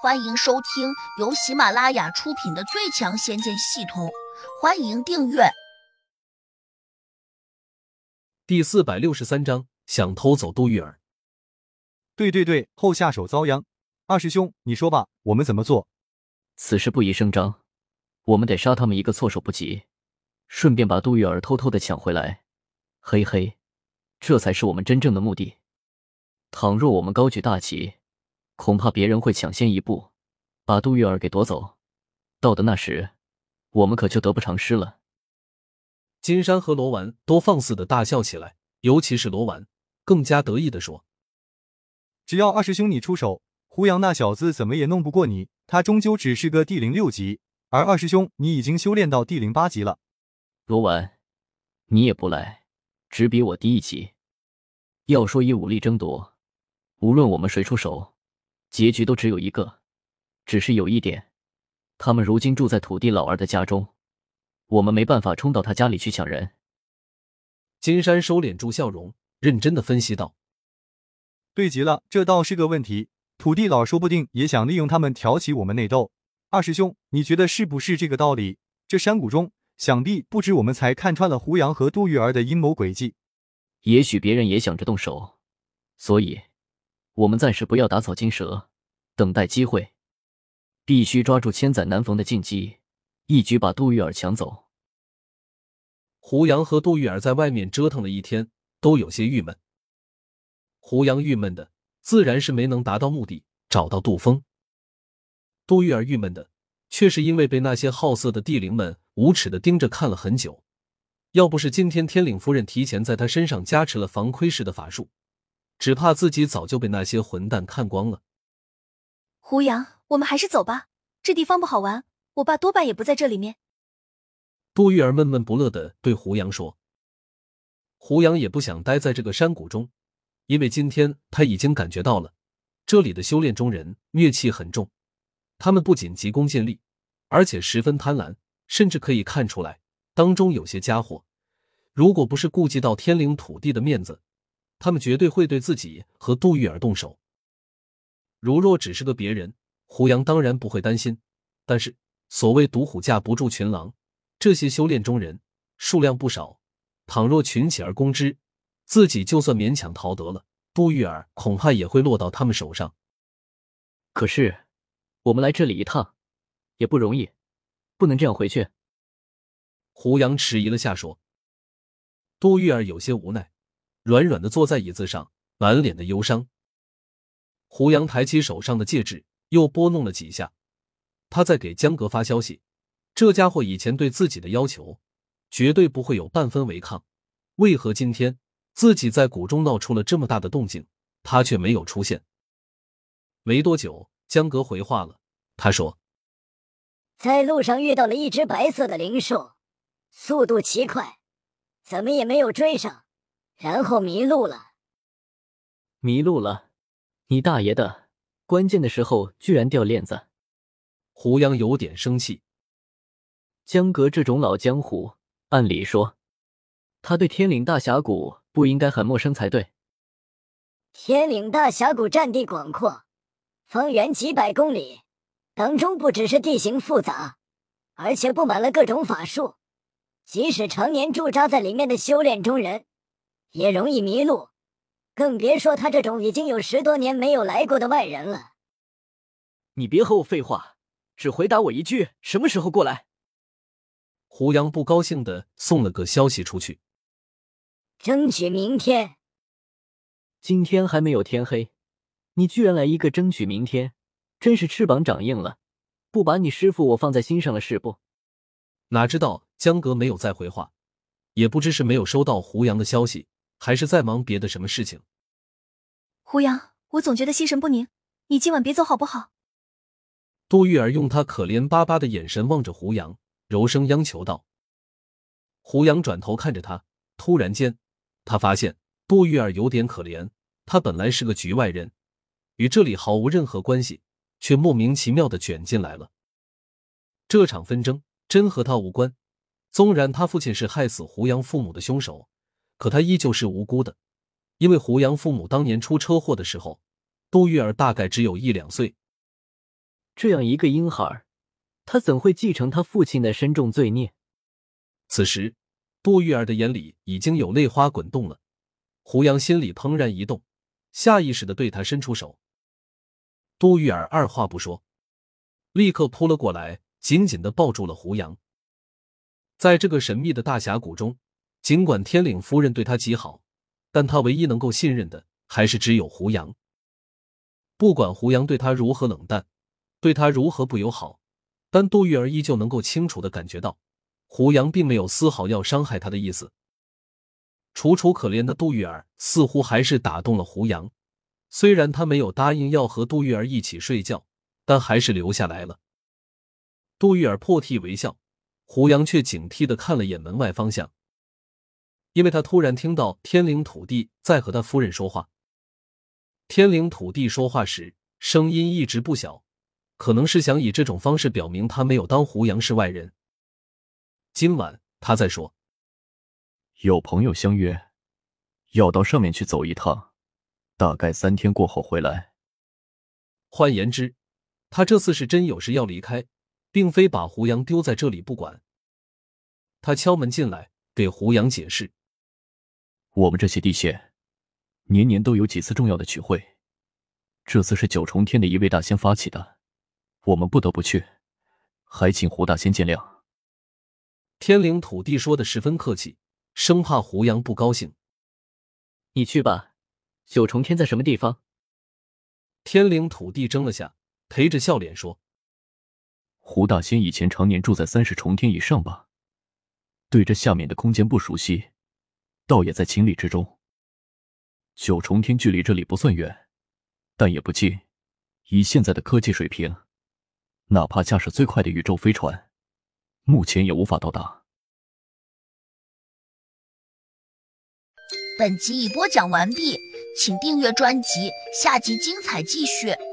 欢迎收听由喜马拉雅出品的《最强仙剑系统》，欢迎订阅。 第463章，想偷走杜玉儿。 对，后下手遭殃。二师兄，你说吧，我们怎么做？ 此事不宜声张，我们得杀他们一个措手不及，顺便把杜玉儿偷偷的抢回来。嘿嘿，这才是我们真正的目的。倘若我们高举大旗，恐怕别人会抢先一步，把杜玉儿给夺走。到的那时，我们可就得不偿失了。 金山和罗丸都放肆的大笑起来，尤其是罗丸，更加得意地说：“ 只要二师兄你出手，胡杨那小子怎么也弄不过你，他终究只是个第06级，而二师兄你已经修炼到第08级了。” 罗丸，你也不赖，只比我低一级。要说以武力争夺，无论我们谁出手，结局都只有一个。只是有一点，他们如今住在土地老二的家中，我们没办法冲到他家里去抢人。 金山收敛住笑容，认真的分析道：“ 对极了，这倒是个问题。土地老说不定也想利用他们挑起我们内斗。二师兄，你觉得是不是这个道理？这山谷中，想必不止我们才看穿了胡杨和杜玉儿的阴谋诡计。 也许别人也想着动手，所以我们暂时不要打草惊蛇，等待机会，必须抓住千载难逢的禁忌，一举把杜玉儿抢走。” 胡杨和杜玉儿在外面折腾了一天，都有些郁闷。胡杨郁闷的自然是没能达到目的，找到杜峰。杜玉儿郁闷的却是因为被那些好色的帝灵们无耻的盯着看了很久。要不是今天天领夫人提前在他身上加持了防窥式的法术，只怕自己早就被那些混蛋看光了。 胡杨，我们还是走吧，这地方不好玩，我爸多半也不在这里面。 杜玉儿闷闷不乐地对胡杨说。胡杨也不想待在这个山谷中，因为今天他已经感觉到了，这里的修炼中人怨气很重，他们不仅急功近利，而且十分贪婪，甚至可以看出来当中有些家伙，如果不是顾及到天灵土地的面子，他们绝对会对自己和杜玉儿动手。如若只是个别人，胡杨当然不会担心，但是所谓毒虎架不住群狼，这些修炼中人数量不少，倘若群起而攻之，自己就算勉强逃得了，杜玉儿恐怕也会落到他们手上。 可是我们来这里一趟也不容易，不能这样回去。 胡杨迟疑了下说。杜玉儿有些无奈，软软的坐在椅子上，满脸的忧伤。胡杨抬起手上的戒指，又拨弄了几下，他在给江阁发消息，这家伙以前对自己的要求绝对不会有半分违抗，为何今天自己在谷中闹出了这么大的动静，他却没有出现？没多久，江阁回话了，他说：“ 在路上遇到了一只白色的灵兽，速度奇快，怎么也没有追上，然后迷路了。” 迷路了？你大爷的，关键的时候居然掉链子。 胡杨有点生气。 江阁这种老江湖，按理说他对天岭大峡谷不应该很陌生才对。 天岭大峡谷占地广阔，方圆几百公里，当中不只是地形复杂，而且布满了各种法术，即使常年驻扎在里面的修炼中人也容易迷路，更别说他这种已经有10多年没有来过的外人了。 你别和我废话，只回答我一句，什么时候过来？ 胡杨不高兴地送了个消息出去。 争取明天。 今天还没有天黑，你居然来一个争取明天，真是翅膀长硬了，不把你师父我放在心上了是不？ 哪知道江阁没有再回话，也不知是没有收到胡杨的消息，还是在忙别的什么事情。 胡杨，我总觉得心神不宁，你今晚别走好不好？ 杜玉儿用她可怜巴巴的眼神望着胡杨，柔声央求道。胡杨转头看着他，突然间他发现杜玉儿有点可怜，她本来是个局外人，与这里毫无任何关系，却莫名其妙地卷进来了。这场纷争真和他无关，纵然他父亲是害死胡杨父母的凶手，可他依旧是无辜的，因为胡杨父母当年出车祸的时候，杜玉儿大概只有1、2岁。 这样一个婴孩，他怎会继承他父亲的深重罪孽？ 此时，杜玉儿的眼里已经有泪花滚动了。胡杨心里怦然一动，下意识地对他伸出手。杜玉儿二话不说，立刻扑了过来，紧紧地抱住了胡杨。在这个神秘的大峡谷中，尽管天领夫人对他极好，但他唯一能够信任的还是只有胡杨。不管胡杨对他如何冷淡，对他如何不友好，但杜玉儿依旧能够清楚地感觉到，胡杨并没有丝毫要伤害他的意思。楚楚可怜的杜玉儿似乎还是打动了胡杨，虽然他没有答应要和杜玉儿一起睡觉，但还是留下来了。杜玉儿破涕为笑，胡杨却警惕地看了眼门外方向，因为他突然听到天灵土地在和他夫人说话。天灵土地说话时声音一直不小，可能是想以这种方式表明他没有当胡杨是外人。今晚他在说， 有朋友相约，要到上面去走一趟，大概3天过后回来。 换言之，他这次是真有事要离开，并非把胡杨丢在这里不管。他敲门进来，给胡杨解释， 我们这些地仙年年都有几次重要的聚会，这次是9重天的一位大仙发起的，我们不得不去，还请胡大仙见谅。 天灵土地说的十分客气，生怕胡杨不高兴。 你去吧，9重天在什么地方？ 天灵土地怔了下，陪着笑脸说， 胡大仙以前常年住在30重天以上吧，对这下面的空间不熟悉，倒也在情理之中。9重天距离这里不算远，但也不近，以现在的科技水平，哪怕驾驶最快的宇宙飞船，目前也无法到达。 本集已播讲完毕，请订阅专辑，下集精彩继续。